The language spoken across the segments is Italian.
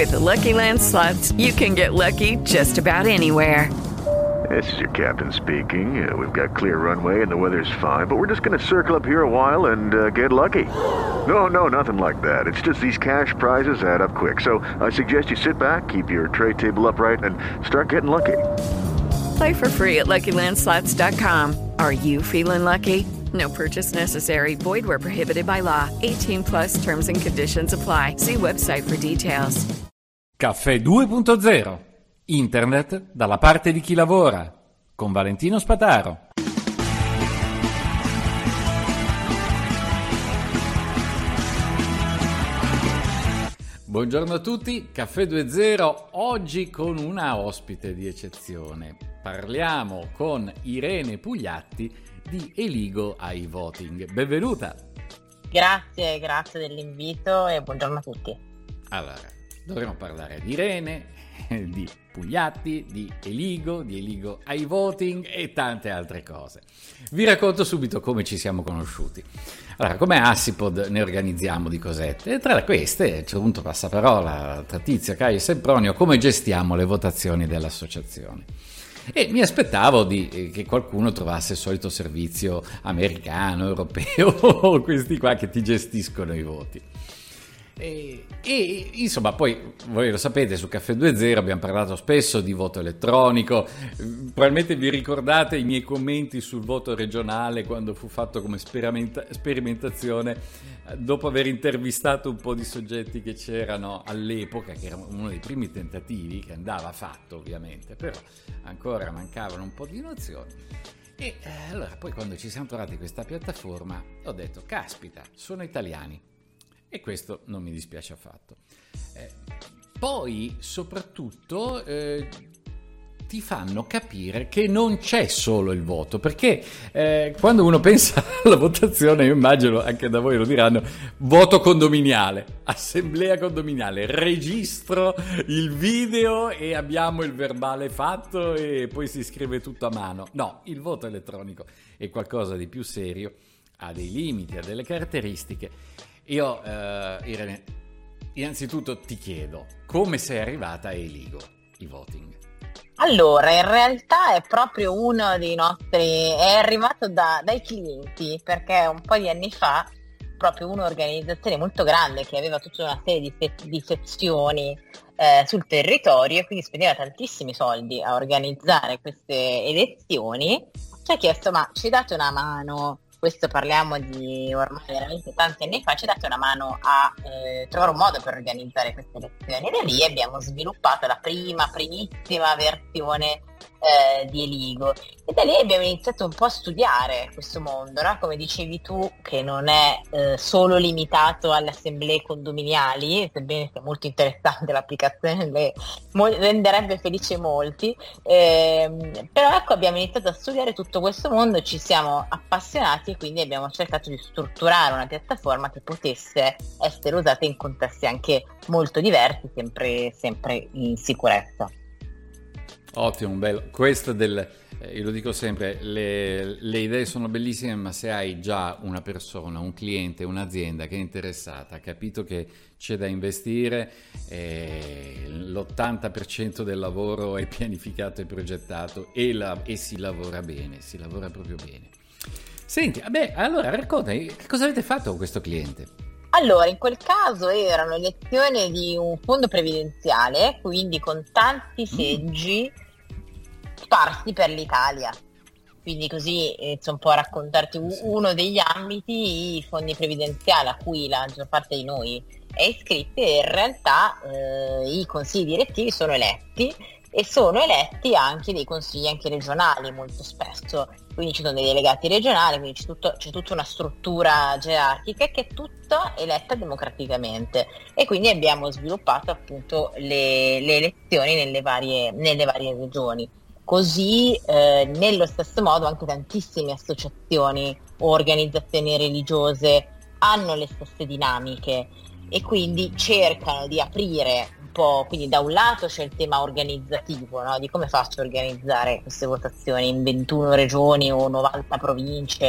With the Lucky Land Slots, you can get lucky just about anywhere. This is your captain speaking. We've got clear runway and the weather's fine, but we're just going to circle up here a while and get lucky. No, nothing like that. It's just these cash prizes add up quick. So I suggest you sit back, keep your tray table upright, and start getting lucky. Play for free at LuckyLandSlots.com. Are you feeling lucky? No purchase necessary. Void where prohibited by law. 18 plus terms and conditions apply. See website for details. Caffè 2.0. Internet dalla parte di chi lavora. Con Valentino Spataro. Buongiorno a tutti, Caffè 2.0, oggi con una ospite di eccezione. Parliamo con Irene Pugliatti di Eligo ai Voting. Benvenuta! Grazie dell'invito e buongiorno a tutti. Allora, dovremo parlare di Irene, di Pugliatti, di Eligo ai Voting e tante altre cose. Vi racconto subito come ci siamo conosciuti. Allora, come Assipod ne organizziamo di cosette, e tra queste c'è un passaparola tra Tizia, Caio e Sempronio, come gestiamo le votazioni dell'associazione. E mi aspettavo che qualcuno trovasse il solito servizio americano, europeo, questi qua che ti gestiscono i voti. E insomma, poi voi lo sapete, su Caffè 2.0 abbiamo parlato spesso di voto elettronico. Probabilmente vi ricordate i miei commenti sul voto regionale quando fu fatto come sperimentazione, dopo aver intervistato un po' di soggetti che c'erano all'epoca, che era uno dei primi tentativi, che andava fatto ovviamente, però ancora mancavano un po' di nozioni. E allora poi, quando ci siamo trovati questa piattaforma, ho detto: caspita, sono italiani. E questo non mi dispiace affatto. Poi, soprattutto, ti fanno capire che non c'è solo il voto, perché quando uno pensa alla votazione, io immagino, anche da voi lo diranno, voto condominiale, assemblea condominiale, registro il video e abbiamo il verbale fatto e poi si scrive tutto a mano. No, il voto elettronico è qualcosa di più serio, ha dei limiti, ha delle caratteristiche. Io, Irene, innanzitutto ti chiedo, come sei arrivata a Eligo, i Voting? Allora, in realtà è proprio uno dei nostri, è arrivato dai clienti, perché un po' di anni fa, proprio un'organizzazione molto grande che aveva tutta una serie di sezioni sul territorio e quindi spendeva tantissimi soldi a organizzare queste elezioni, ci ha chiesto: ma ci date una mano? Questo parliamo di ormai veramente tanti anni fa, ci ha dato una mano a trovare un modo per organizzare queste elezioni, e da lì abbiamo sviluppato la primissima versione di Eligo, e da lì abbiamo iniziato un po' a studiare questo mondo, no? Come dicevi tu, che non è solo limitato alle assemblee condominiali, sebbene sia molto interessante l'applicazione, renderebbe felice molti, però ecco, abbiamo iniziato a studiare tutto questo mondo, ci siamo appassionati e quindi abbiamo cercato di strutturare una piattaforma che potesse essere usata in contesti anche molto diversi, sempre in sicurezza. Ottimo, bello. Questo io lo dico sempre, le idee sono bellissime, ma se hai già una persona, un cliente, un'azienda che è interessata, ha capito che c'è da investire, l'80% del lavoro è pianificato e progettato e si lavora bene, si lavora proprio bene. Senti, allora raccontami, che cosa avete fatto con questo cliente? Allora, in quel caso erano elezioni di un fondo previdenziale, quindi con tanti seggi sparsi per l'Italia. Quindi così inizio un po' a raccontarti uno degli ambiti, i fondi previdenziali a cui la maggior parte di noi è iscritta, e in realtà i consigli direttivi sono eletti, e sono eletti anche dei consigli anche regionali molto spesso, quindi ci sono dei delegati regionali, quindi c'è tutta una struttura gerarchica che è tutta eletta democraticamente, e quindi abbiamo sviluppato appunto le elezioni nelle varie regioni. Così nello stesso modo anche tantissime associazioni o organizzazioni religiose hanno le stesse dinamiche e quindi cercano di aprire un po', quindi da un lato c'è il tema organizzativo, no? Di come faccio a organizzare queste votazioni in 21 regioni o 90 province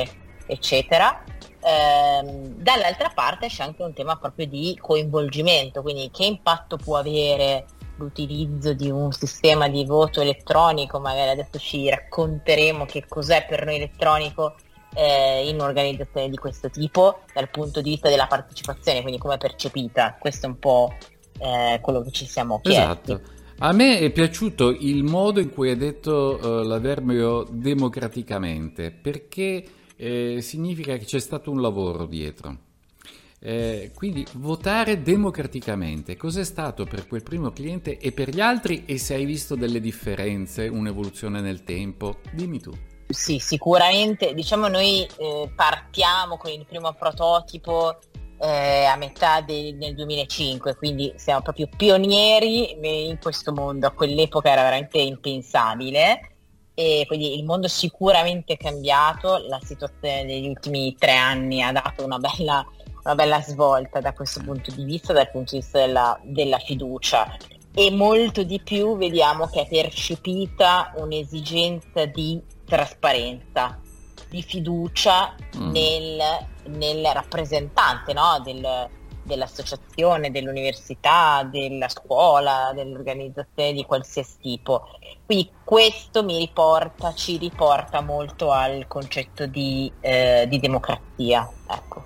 eccetera. Dall'altra parte c'è anche un tema proprio di coinvolgimento, quindi che impatto può avere l'utilizzo di un sistema di voto elettronico, magari adesso ci racconteremo che cos'è per noi elettronico in un'organizzazione di questo tipo dal punto di vista della partecipazione, quindi come è percepita. Questo è un po' quello che ci siamo chiesti. Esatto. A me è piaciuto il modo in cui hai detto l'avverbio democraticamente, perché significa che c'è stato un lavoro dietro. Quindi votare democraticamente, cos'è stato per quel primo cliente e per gli altri, e se hai visto delle differenze, un'evoluzione nel tempo? Dimmi tu. Sì, sicuramente, diciamo noi partiamo con il primo prototipo a metà nel 2005, quindi siamo proprio pionieri in questo mondo. A quell'epoca era veramente impensabile, e quindi il mondo sicuramente è cambiato. La situazione degli ultimi 3 anni ha dato una bella svolta da questo punto di vista, dal punto di vista della fiducia, e molto di più vediamo che è percepita un'esigenza di trasparenza, di fiducia nel rappresentante, no? Dell'associazione, dell'università, della scuola, dell'organizzazione di qualsiasi tipo. Quindi questo ci riporta molto al concetto di democrazia, ecco.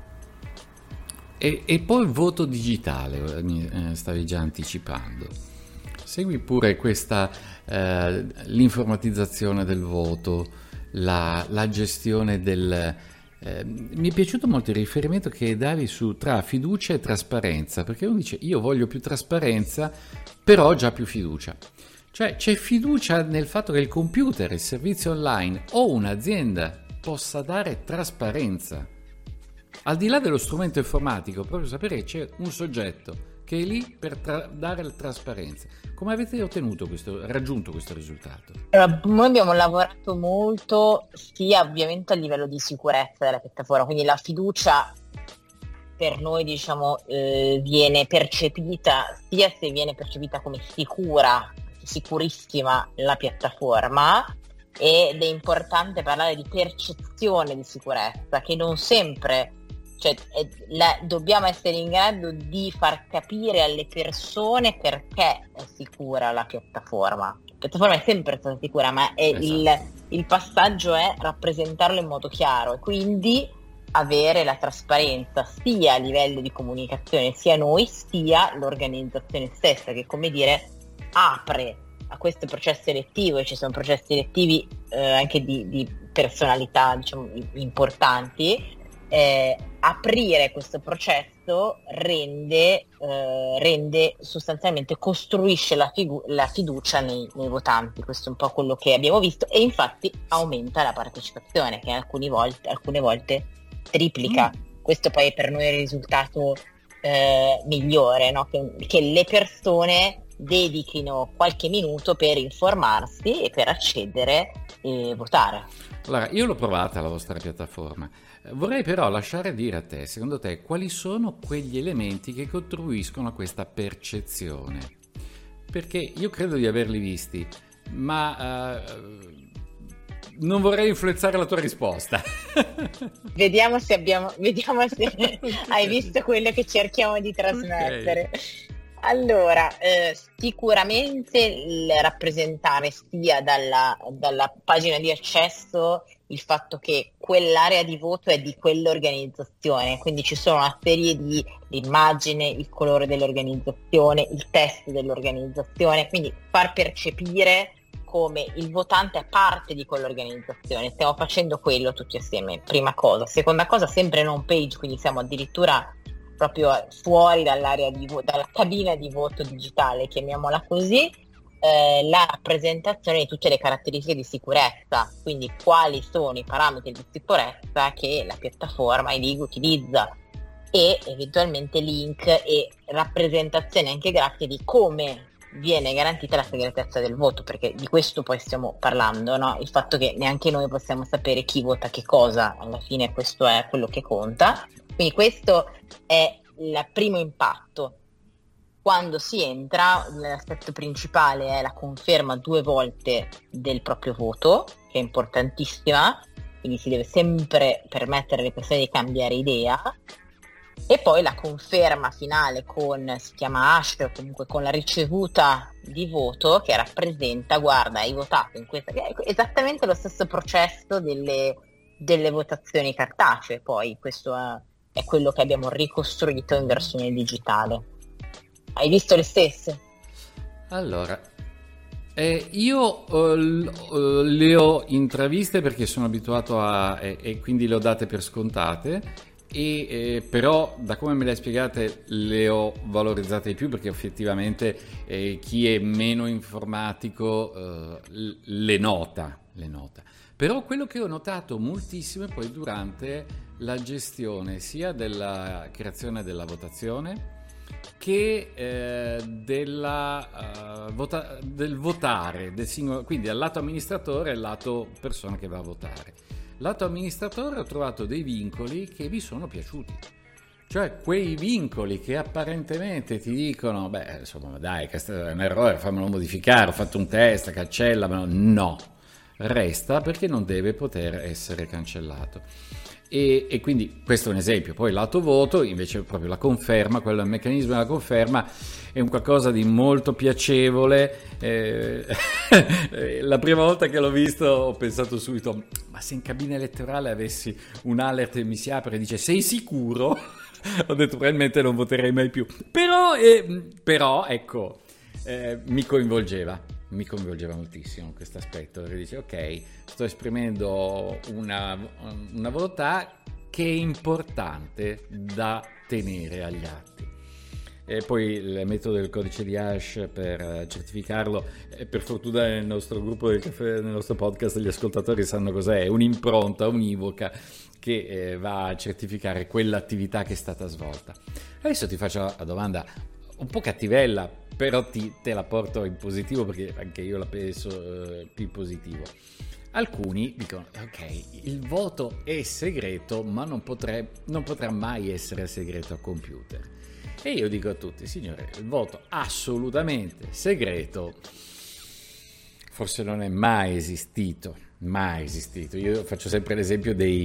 E poi il voto digitale, stavi già anticipando. Segui pure questa l'informatizzazione del voto, la gestione del... mi è piaciuto molto il riferimento che davi tra fiducia e trasparenza, perché uno dice io voglio più trasparenza, però ho già più fiducia. Cioè c'è fiducia nel fatto che il computer, il servizio online o un'azienda possa dare trasparenza. Al di là dello strumento informatico, proprio sapere che c'è un soggetto che è lì per dare la trasparenza. Come avete raggiunto questo risultato? Noi abbiamo lavorato molto sia ovviamente a livello di sicurezza della piattaforma, quindi la fiducia per noi viene percepita, sia se viene percepita come sicurissima la piattaforma, ed è importante parlare di percezione di sicurezza, che non sempre, dobbiamo essere in grado di far capire alle persone perché è sicura la piattaforma. La piattaforma è sempre stata sicura, ma il passaggio è rappresentarlo in modo chiaro, e quindi avere la trasparenza sia a livello di comunicazione, sia noi, sia l'organizzazione stessa, che come dire apre a questo processo elettivo, e ci sono processi elettivi anche di personalità importanti. Aprire questo processo rende sostanzialmente, costruisce la fiducia nei votanti. Questo è un po' quello che abbiamo visto, e infatti aumenta la partecipazione, che alcune volte triplica. Questo poi è per noi il risultato migliore, no? Che le persone dedichino qualche minuto per informarsi e per accedere e votare. Allora, io l'ho provata la vostra piattaforma. Vorrei però lasciare dire a te, secondo te, quali sono quegli elementi che contribuiscono a questa percezione? Perché io credo di averli visti, ma non vorrei influenzare la tua risposta. Vediamo se hai visto quello che cerchiamo di trasmettere. Okay. Allora, sicuramente il rappresentare sia dalla pagina di accesso il fatto che quell'area di voto è di quell'organizzazione, quindi ci sono una serie di immagine, il colore dell'organizzazione, il testo dell'organizzazione, quindi far percepire come il votante è parte di quell'organizzazione. Stiamo facendo quello tutti assieme, prima cosa. Seconda cosa, sempre in home page, quindi siamo addirittura proprio fuori dall'area dalla cabina di voto digitale, chiamiamola così, la rappresentazione di tutte le caratteristiche di sicurezza, quindi quali sono i parametri di sicurezza che la piattaforma ELIG utilizza, e eventualmente link e rappresentazione anche grafiche di come viene garantita la segretezza del voto, perché di questo poi stiamo parlando, no? Il fatto che neanche noi possiamo sapere chi vota che cosa, alla fine questo è quello che conta. Quindi questo è il primo impatto. Quando si entra, l'aspetto principale è la conferma 2 volte del proprio voto, che è importantissima, quindi si deve sempre permettere alle persone di cambiare idea, e poi la conferma finale si chiama hash, o comunque con la ricevuta di voto che rappresenta, guarda, hai votato in questa, che è esattamente lo stesso processo delle votazioni cartacee. Poi questo è quello che abbiamo ricostruito in versione digitale. Hai visto le stesse? Allora, io le ho intraviste perché sono abituato e quindi le ho date per scontate, però da come me le hai spiegate le ho valorizzate di più, perché effettivamente chi è meno informatico le nota. Però quello che ho notato moltissimo è poi durante la gestione sia della creazione della votazione che del votare, del singolo, quindi al lato amministratore e al lato persona che va a votare. Lato amministratore ho trovato dei vincoli che mi sono piaciuti, cioè quei vincoli che apparentemente ti dicono, beh insomma dai, questo è un errore, fammelo modificare, ho fatto un test, cancellamelo. No, resta, perché non deve poter essere cancellato. E quindi questo è un esempio. Poi lato voto invece proprio la conferma, quello è il meccanismo della conferma, è un qualcosa di molto piacevole. La prima volta che l'ho visto ho pensato subito, ma se in cabina elettorale avessi un alert che mi si apre e dice sei sicuro? Ho detto probabilmente non voterei mai più, però ecco, mi coinvolgeva moltissimo questo aspetto, perché dice ok, sto esprimendo una volontà che è importante da tenere agli atti. E poi il metodo del codice di hash per certificarlo, per fortuna nel nostro gruppo del caffè, nel nostro podcast, gli ascoltatori sanno cos'è, è un'impronta univoca che va a certificare quell'attività che è stata svolta. Adesso ti faccio la domanda un po' cattivella, però te la porto in positivo, perché anche io la penso più positivo. Alcuni dicono ok, il voto è segreto, ma non potrà mai essere segreto a computer. E io dico a tutti, signore, il voto assolutamente segreto forse non è mai esistito. Io faccio sempre l'esempio degli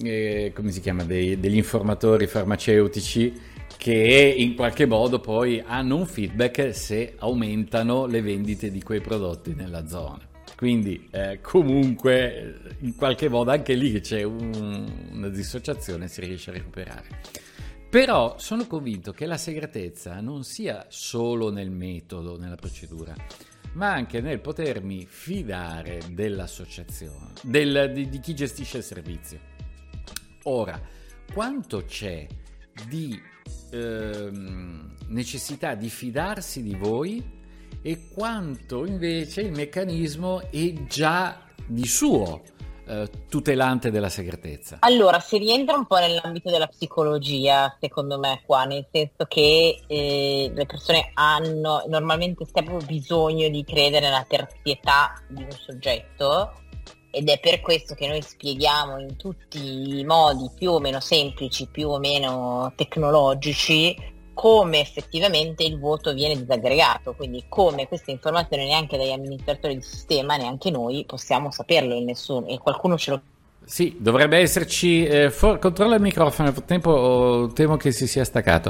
informatori farmaceutici che in qualche modo poi hanno un feedback se aumentano le vendite di quei prodotti nella zona. Quindi comunque in qualche modo anche lì c'è una dissociazione, si riesce a recuperare. Però sono convinto che la segretezza non sia solo nel metodo, nella procedura, ma anche nel potermi fidare dell'associazione, di chi gestisce il servizio. Ora, quanto c'è di necessità di fidarsi di voi e quanto invece il meccanismo è già di suo tutelante della segretezza? Allora, si rientra un po' nell'ambito della psicologia, secondo me, qua, nel senso che le persone hanno normalmente sempre bisogno di credere nella terzietà di un soggetto, ed è per questo che noi spieghiamo in tutti i modi più o meno semplici, più o meno tecnologici, come effettivamente il voto viene disaggregato, quindi come queste informazioni neanche dagli amministratori di sistema, neanche noi possiamo saperlo, e qualcuno ce lo... Sì, dovrebbe esserci... controlla il microfono, nel frattempo temo che si sia staccato.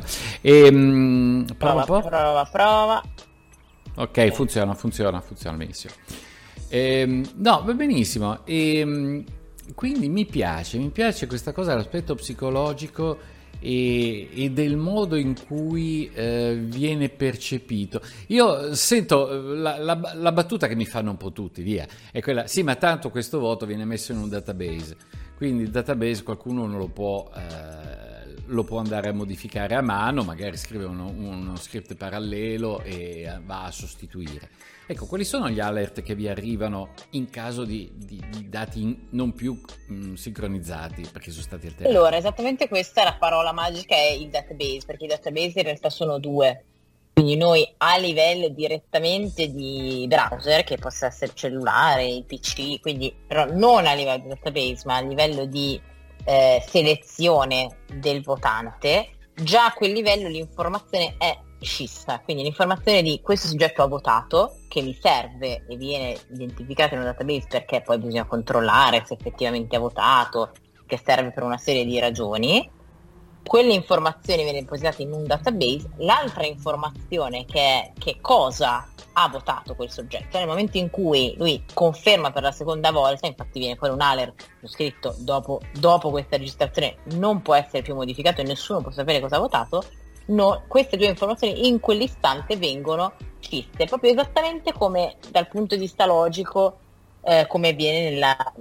Prova. Ok, funziona benissimo. No, va benissimo. Quindi mi piace questa cosa, l'aspetto psicologico e del modo in cui viene percepito. Io sento la battuta che mi fanno un po' tutti, via, è quella, sì, ma tanto questo voto viene messo in un database, quindi il database qualcuno non lo può andare a modificare a mano, magari scrive uno script parallelo e va a sostituire. Ecco, quali sono gli alert che vi arrivano in caso di dati non più sincronizzati perché sono stati alterati? Allora, esattamente questa è la parola magica, è il database, perché i database in realtà sono due. Quindi noi a livello direttamente di browser, che possa essere il cellulare, il PC, quindi però non a livello di database, ma a livello di selezione del votante, già a quel livello l'informazione è scissa, quindi l'informazione di questo soggetto ha votato, che mi serve e viene identificata in un database perché poi bisogna controllare se effettivamente ha votato, che serve per una serie di ragioni. Quell'informazione viene depositata in un database. L'altra informazione che è che cosa ha votato quel soggetto, nel momento in cui lui conferma per la seconda volta, infatti viene fuori un alert scritto dopo questa registrazione non può essere più modificato e nessuno può sapere cosa ha votato. No, queste due informazioni in quell'istante vengono scisse, proprio esattamente come dal punto di vista logico, come avviene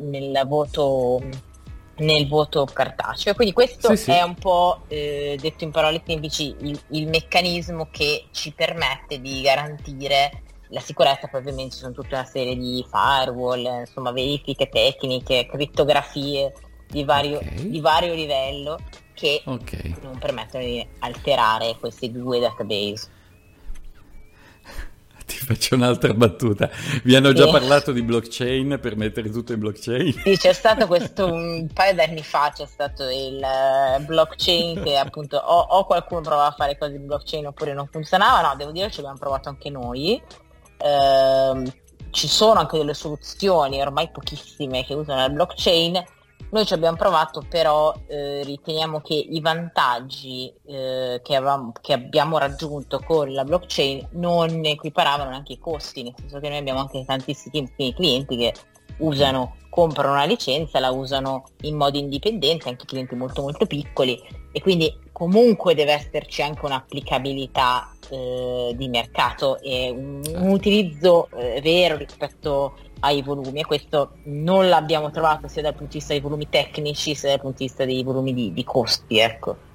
nel voto cartaceo. Quindi questo Sì. è un po', detto in parole semplici, il meccanismo che ci permette di garantire la sicurezza. Poi ovviamente ci sono tutta una serie di firewall, insomma verifiche tecniche, crittografie di vario livello che non permettono di alterare questi due database. Ti faccio un'altra battuta. Vi hanno già parlato di blockchain per mettere tutto in blockchain? Sì, c'è stato questo un paio d'anni fa, c'è stato il blockchain che appunto o qualcuno provava a fare cose di blockchain oppure non funzionava. No, devo dire che ci abbiamo provato anche noi. Ci sono anche delle soluzioni, ormai pochissime, che usano il blockchain. Noi ci abbiamo provato, però riteniamo che i vantaggi che abbiamo raggiunto con la blockchain non equiparavano neanche i costi, nel senso che noi abbiamo anche tantissimi clienti che comprano una licenza, la usano in modo indipendente, anche clienti molto molto piccoli, e quindi comunque deve esserci anche un'applicabilità di mercato e un utilizzo vero rispetto ai volumi, e questo non l'abbiamo trovato sia dal punto di vista dei volumi tecnici sia dal punto di vista dei volumi di costi, ecco.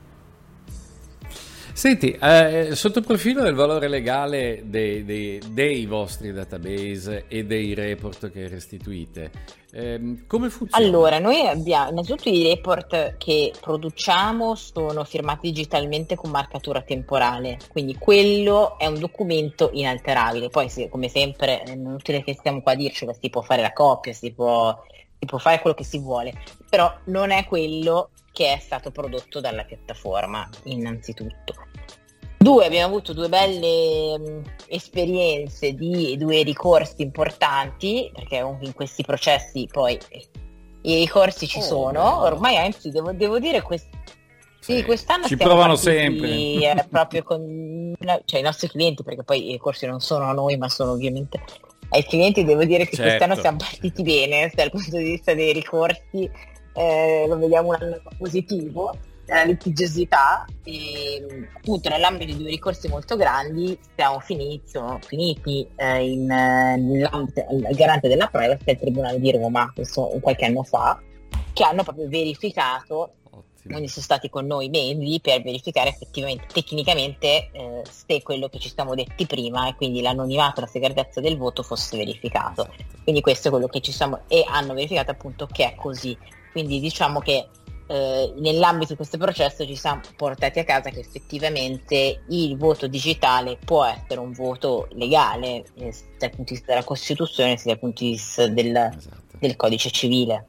Senti, sotto il profilo del valore legale dei vostri database e dei report che restituite, come funziona? Allora, noi abbiamo innanzitutto i report che produciamo sono firmati digitalmente con marcatura temporale, quindi quello è un documento inalterabile. Poi come sempre è inutile che stiamo qua a dircelo, si può fare la copia, si può fare quello che si vuole, però non è quello che è stato prodotto dalla piattaforma, innanzitutto. Abbiamo avuto due belle esperienze di due ricorsi importanti, perché in questi processi poi i ricorsi ci sono, ormai anzi devo dire quest'anno ci stiamo provano partiti, sempre. proprio con i nostri clienti, perché poi i ricorsi non sono a noi ma sono ovviamente ai clienti. Devo dire che quest'anno siamo partiti bene dal punto di vista dei ricorsi, lo vediamo un anno positivo, la litigiosità, e appunto nell'ambito di due ricorsi molto grandi sono finiti nell'ambito al garante della privacy del Tribunale di Roma, questo qualche anno fa, che hanno proprio verificato. Quindi sono stati con noi mesi per verificare effettivamente tecnicamente se quello che ci siamo detti prima, e quindi l'anonimato, la segretezza del voto, fosse verificato. Quindi questo è quello che ci siamo, e hanno verificato appunto che è così. Quindi diciamo che nell'ambito di questo processo ci siamo portati a casa che effettivamente il voto digitale può essere un voto legale, sia dal punto di vista della Costituzione sia dal punto di vista del codice civile.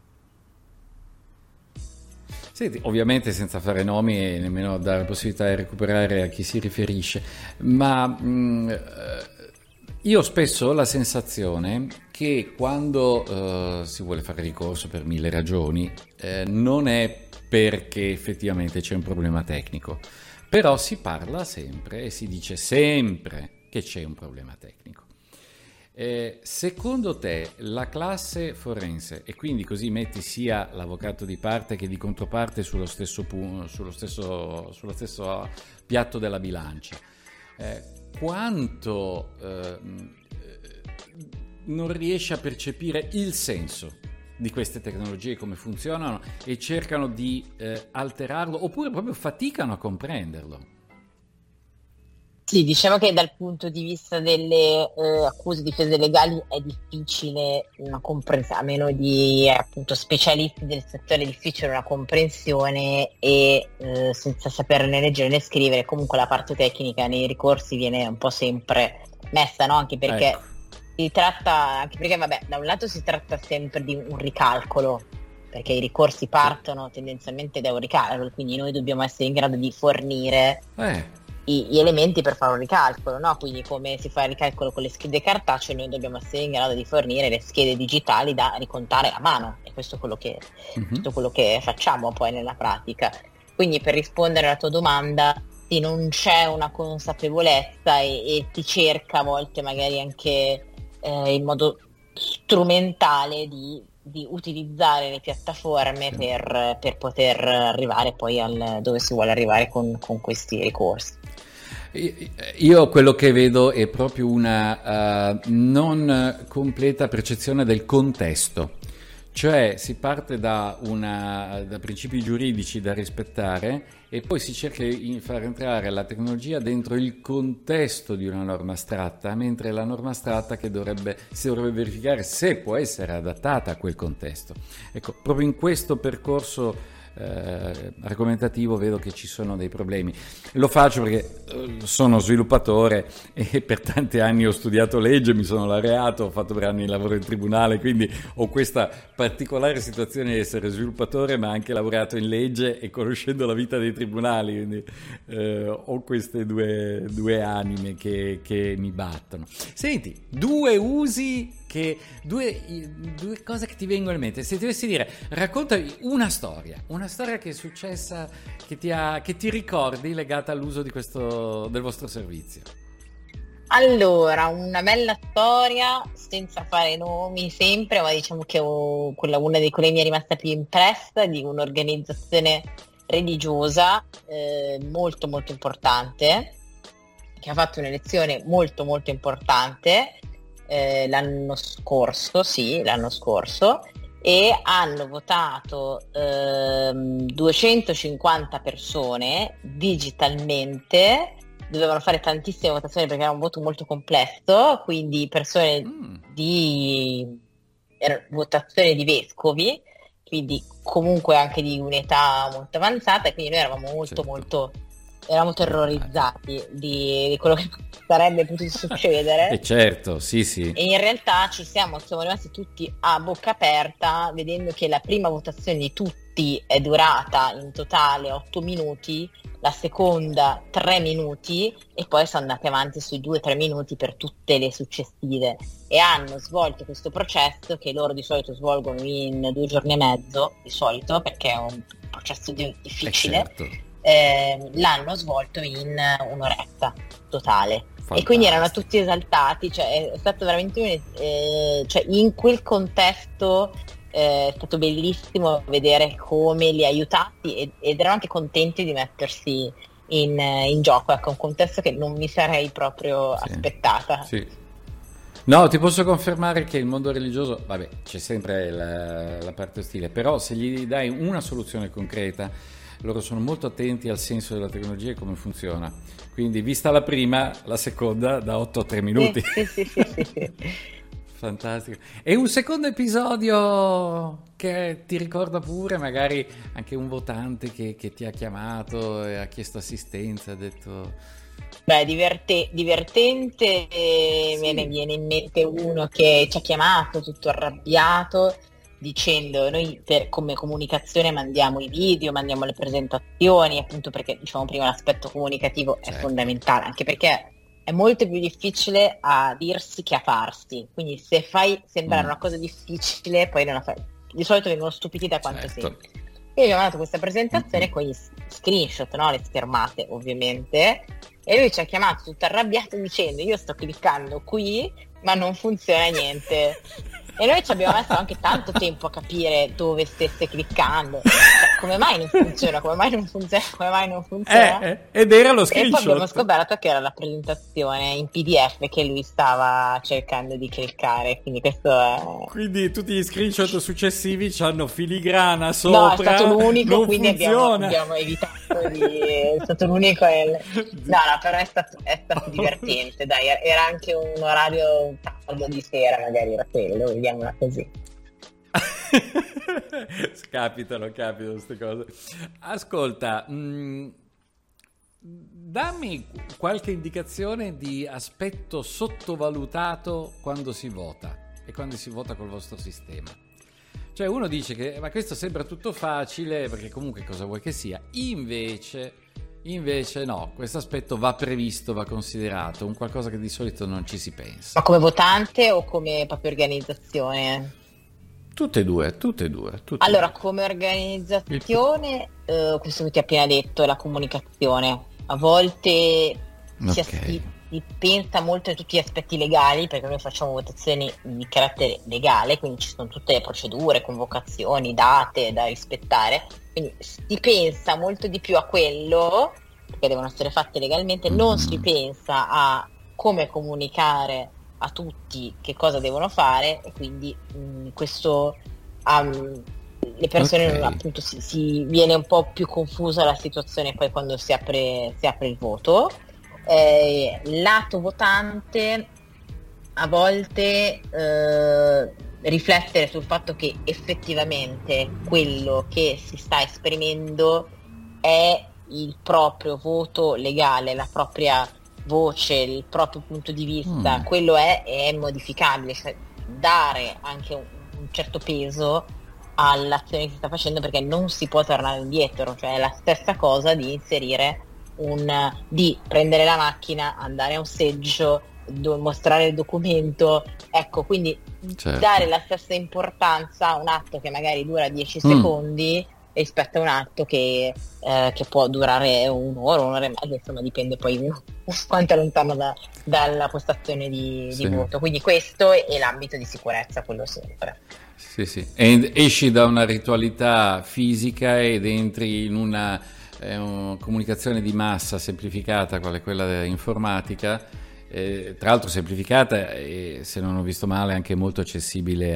Senti, ovviamente senza fare nomi e nemmeno dare la possibilità di recuperare a chi si riferisce, ma io spesso ho la sensazione che quando si vuole fare ricorso per 1000 ragioni, non è perché effettivamente c'è un problema tecnico, però si parla sempre e si dice sempre che c'è un problema tecnico. Secondo te la classe forense, e quindi così metti sia l'avvocato di parte che di controparte sullo stesso piatto della bilancia, quanto non riesce a percepire il senso di queste tecnologie, come funzionano, e cercano di alterarlo, oppure proprio faticano a comprenderlo? Sì, diciamo che dal punto di vista delle accuse, difese legali è difficile una comprensione, a meno di appunto specialisti del settore, è difficile una comprensione, e senza saperne leggere né scrivere, comunque la parte tecnica nei ricorsi viene un po' sempre messa, no? Anche perché vabbè, da un lato si tratta sempre di un ricalcolo, perché i ricorsi partono tendenzialmente da un ricalcolo, quindi noi dobbiamo essere in grado di fornire gli elementi per fare un ricalcolo, no? Quindi come si fa il ricalcolo con le schede cartacee, noi dobbiamo essere in grado di fornire le schede digitali da ricontare a mano, e questo è quello che, questo è quello che facciamo poi nella pratica. Quindi per rispondere alla tua domanda, sì, non c'è una consapevolezza e si cerca a volte magari anche in modo strumentale di utilizzare le piattaforme per poter arrivare poi dove si vuole arrivare con questi ricorsi. Io quello che vedo è proprio una non completa percezione del contesto, cioè si parte da principi giuridici da rispettare e poi si cerca di far entrare la tecnologia dentro il contesto di una norma astratta, mentre la norma astratta si dovrebbe verificare se può essere adattata a quel contesto. Ecco, proprio in questo percorso argomentativo vedo che ci sono dei problemi. Lo faccio perché sono sviluppatore e per tanti anni ho studiato legge, mi sono laureato, ho fatto per anni lavoro in tribunale, quindi ho questa particolare situazione di essere sviluppatore ma anche lavorato in legge e conoscendo la vita dei tribunali, quindi ho queste due anime che mi battono. Senti, due cose che ti vengono in mente. Se ti dovessi dire, raccontami una storia che è successa, che ti ricordi legata all'uso del vostro servizio. Allora, una bella storia, senza fare nomi sempre, ma diciamo che una di quelle mi è rimasta più impressa, di un'organizzazione religiosa molto molto importante, che ha fatto un'elezione molto molto importante l'anno scorso, e hanno votato 250 persone digitalmente. Dovevano fare tantissime votazioni perché era un voto molto complesso, quindi persone votazione di vescovi, quindi comunque anche di un'età molto avanzata, e quindi noi eravamo eravamo terrorizzati di quello che sarebbe potuto succedere. E certo, sì. E in realtà siamo rimasti tutti a bocca aperta vedendo che la prima votazione di tutti è durata in totale 8 minuti, la seconda 3 minuti e poi sono andati avanti sui 2-3 minuti per tutte le successive, e hanno svolto questo processo che loro di solito svolgono in 2 giorni e mezzo, di solito, perché è un processo difficile. Certo. L'hanno svolto in un'oretta totale. Fantastico. E quindi erano tutti esaltati, cioè è stato veramente cioè in quel contesto è stato bellissimo vedere come li ha aiutati ed erano anche contenti di mettersi in gioco, ecco, un contesto che non mi sarei proprio aspettata. Sì. No, ti posso confermare che il mondo religioso, vabbè, c'è sempre la parte ostile, però se gli dai una soluzione concreta, loro sono molto attenti al senso della tecnologia e come funziona. Quindi, vista la prima, la seconda da 8 a 3 minuti. Sì. Fantastico. E un secondo episodio che ti ricorda pure, magari anche un votante che ti ha chiamato e ha chiesto assistenza, ha detto... Beh, divertente, sì. Me viene in mente uno che ci ha chiamato tutto arrabbiato, dicendo noi come comunicazione mandiamo i video, mandiamo le presentazioni, appunto perché diciamo prima l'aspetto comunicativo è fondamentale, anche perché è molto più difficile a dirsi che a farsi, quindi se fai sembrare una cosa difficile poi non la fai, di solito vengono stupiti da quanto semplice. Io gli ho mandato questa presentazione con gli screenshot, no? Le schermate ovviamente, e lui ci ha chiamato tutto arrabbiato dicendo io sto cliccando qui ma non funziona niente. E noi ci abbiamo messo anche tanto tempo a capire dove stesse cliccando, cioè, come mai non funziona, ed era lo screenshot. E poi abbiamo scoperto che era la presentazione in PDF che lui stava cercando di cliccare, quindi questo è... Quindi tutti gli screenshot successivi c'hanno filigrana sopra. No, è stato l'unico, non quindi funziona. abbiamo evitato è stato l'unico. No, però è stato divertente, dai, era anche un orario tardo di sera, magari era quello, vediamola così. Capitano queste cose. Ascolta, dammi qualche indicazione di aspetto sottovalutato quando si vota e quando si vota col vostro sistema. Cioè uno dice che ma questo sembra tutto facile perché comunque cosa vuoi che sia, invece Invece no, questo aspetto va previsto, va considerato, un qualcosa che di solito non ci si pensa. Ma come votante o come proprio organizzazione? Tutte e due. Allora, come organizzazione, questo che ti ho appena detto, la comunicazione. A volte si pensa molto a tutti gli aspetti legali, perché noi facciamo votazioni di carattere legale, quindi ci sono tutte le procedure, convocazioni, date da rispettare, quindi si pensa molto di più a quello, perché devono essere fatte legalmente, non si pensa a come comunicare a tutti che cosa devono fare, e quindi questo le persone appunto si viene un po' più confusa la situazione poi quando si apre il voto. Lato votante, a volte riflettere sul fatto che effettivamente quello che si sta esprimendo è il proprio voto legale, la propria voce, il proprio punto di vista, quello è modificabile, cioè dare anche un certo peso all'azione che si sta facendo, perché non si può tornare indietro, cioè è la stessa cosa di inserire di prendere la macchina, andare a un seggio, mostrare il documento, ecco, quindi dare la stessa importanza a un atto che magari dura 10 secondi rispetto a un atto che può durare un'ora e mezza, insomma dipende poi quanto è lontano dalla postazione di voto, quindi questo è l'ambito di sicurezza, quello sempre. Sì. E esci da una ritualità fisica ed entri in una comunicazione di massa semplificata, quale quella informatica, tra l'altro semplificata e, se non ho visto male, anche molto accessibile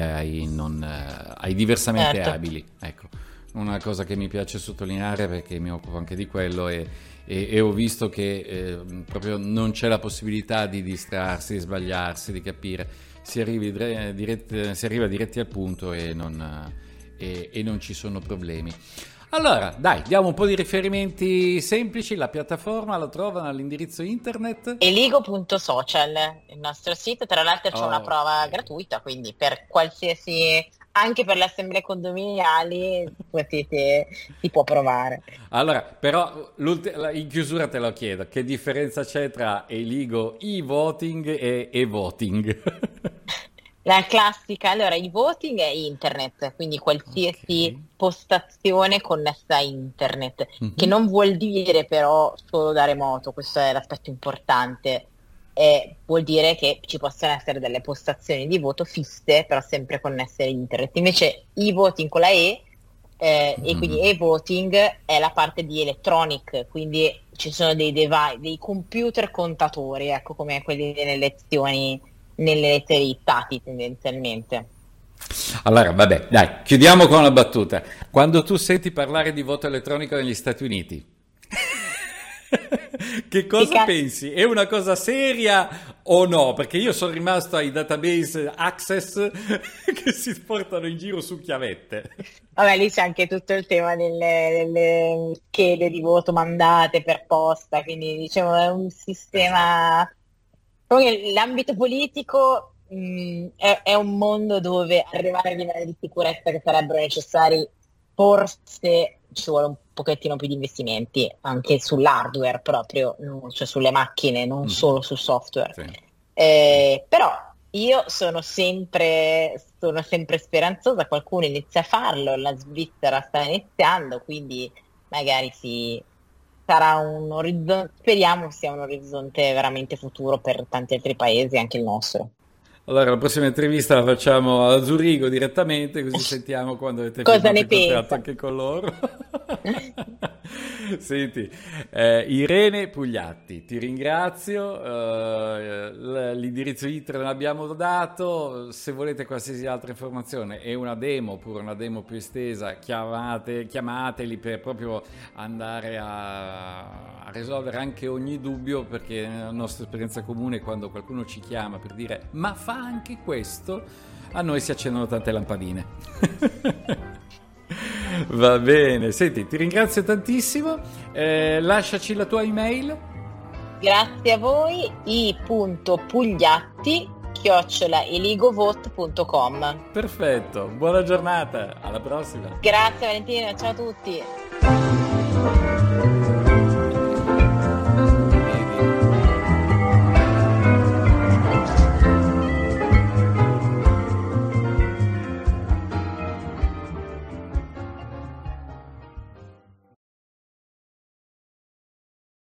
ai diversamente abili, ecco. Una cosa che mi piace sottolineare, perché mi occupo anche di quello, e ho visto che proprio non c'è la possibilità di distrarsi, di sbagliarsi, di capire, si arriva diretti al punto e non ci sono problemi. Allora, dai, diamo un po' di riferimenti semplici. La piattaforma la trovano all'indirizzo internet eligo.social, il nostro sito. Tra l'altro c'è una prova gratuita, quindi per qualsiasi, anche per le assemblee condominiali si può provare. Allora, però in chiusura te lo chiedo, che differenza c'è tra Eligo e-voting e e-voting? La classica, allora, il voting è internet, quindi qualsiasi postazione connessa a internet, che non vuol dire però solo da remoto, questo è l'aspetto importante, vuol dire che ci possono essere delle postazioni di voto fisse, però sempre connesse a internet. Invece e-voting con la e quindi e-voting è la parte di electronic, quindi ci sono dei computer contatori, ecco, come quelli delle elezioni, nelle lettere di stati tendenzialmente. Allora, vabbè, dai, chiudiamo con una battuta. Quando tu senti parlare di voto elettronico negli Stati Uniti, che cosa pensi? È una cosa seria o no? Perché io sono rimasto ai database Access che si portano in giro su chiavette. Vabbè, lì c'è anche tutto il tema delle schede di voto mandate per posta, quindi diciamo è un sistema. Poi l'ambito politico è un mondo dove arrivare a livelli di sicurezza che sarebbero necessari, forse ci vuole un pochettino più di investimenti anche sull'hardware proprio, cioè sulle macchine, non solo sul software. Sì. Però io sono sempre speranzosa, qualcuno inizia a farlo, la Svizzera sta iniziando, quindi magari sarà un orizzonte, speriamo sia un orizzonte veramente futuro per tanti altri paesi, anche il nostro. Allora, la prossima intervista la facciamo a Zurigo direttamente, così sentiamo quando avete cosa ne pensa anche con loro. Senti, Irene Pugliatti, ti ringrazio, l'indirizzo internet l'abbiamo dato, se volete qualsiasi altra informazione e una demo, oppure una demo più estesa, chiamateli per proprio andare a risolvere anche ogni dubbio, perché nella nostra esperienza comune, quando qualcuno ci chiama per dire ma fa anche questo, a noi si accendono tante lampadine. Va bene, senti, ti ringrazio tantissimo, lasciaci la tua email. Grazie a voi, i.pugliatti@eligovote.com. Perfetto, buona giornata, alla prossima. Grazie Valentina, ciao a tutti.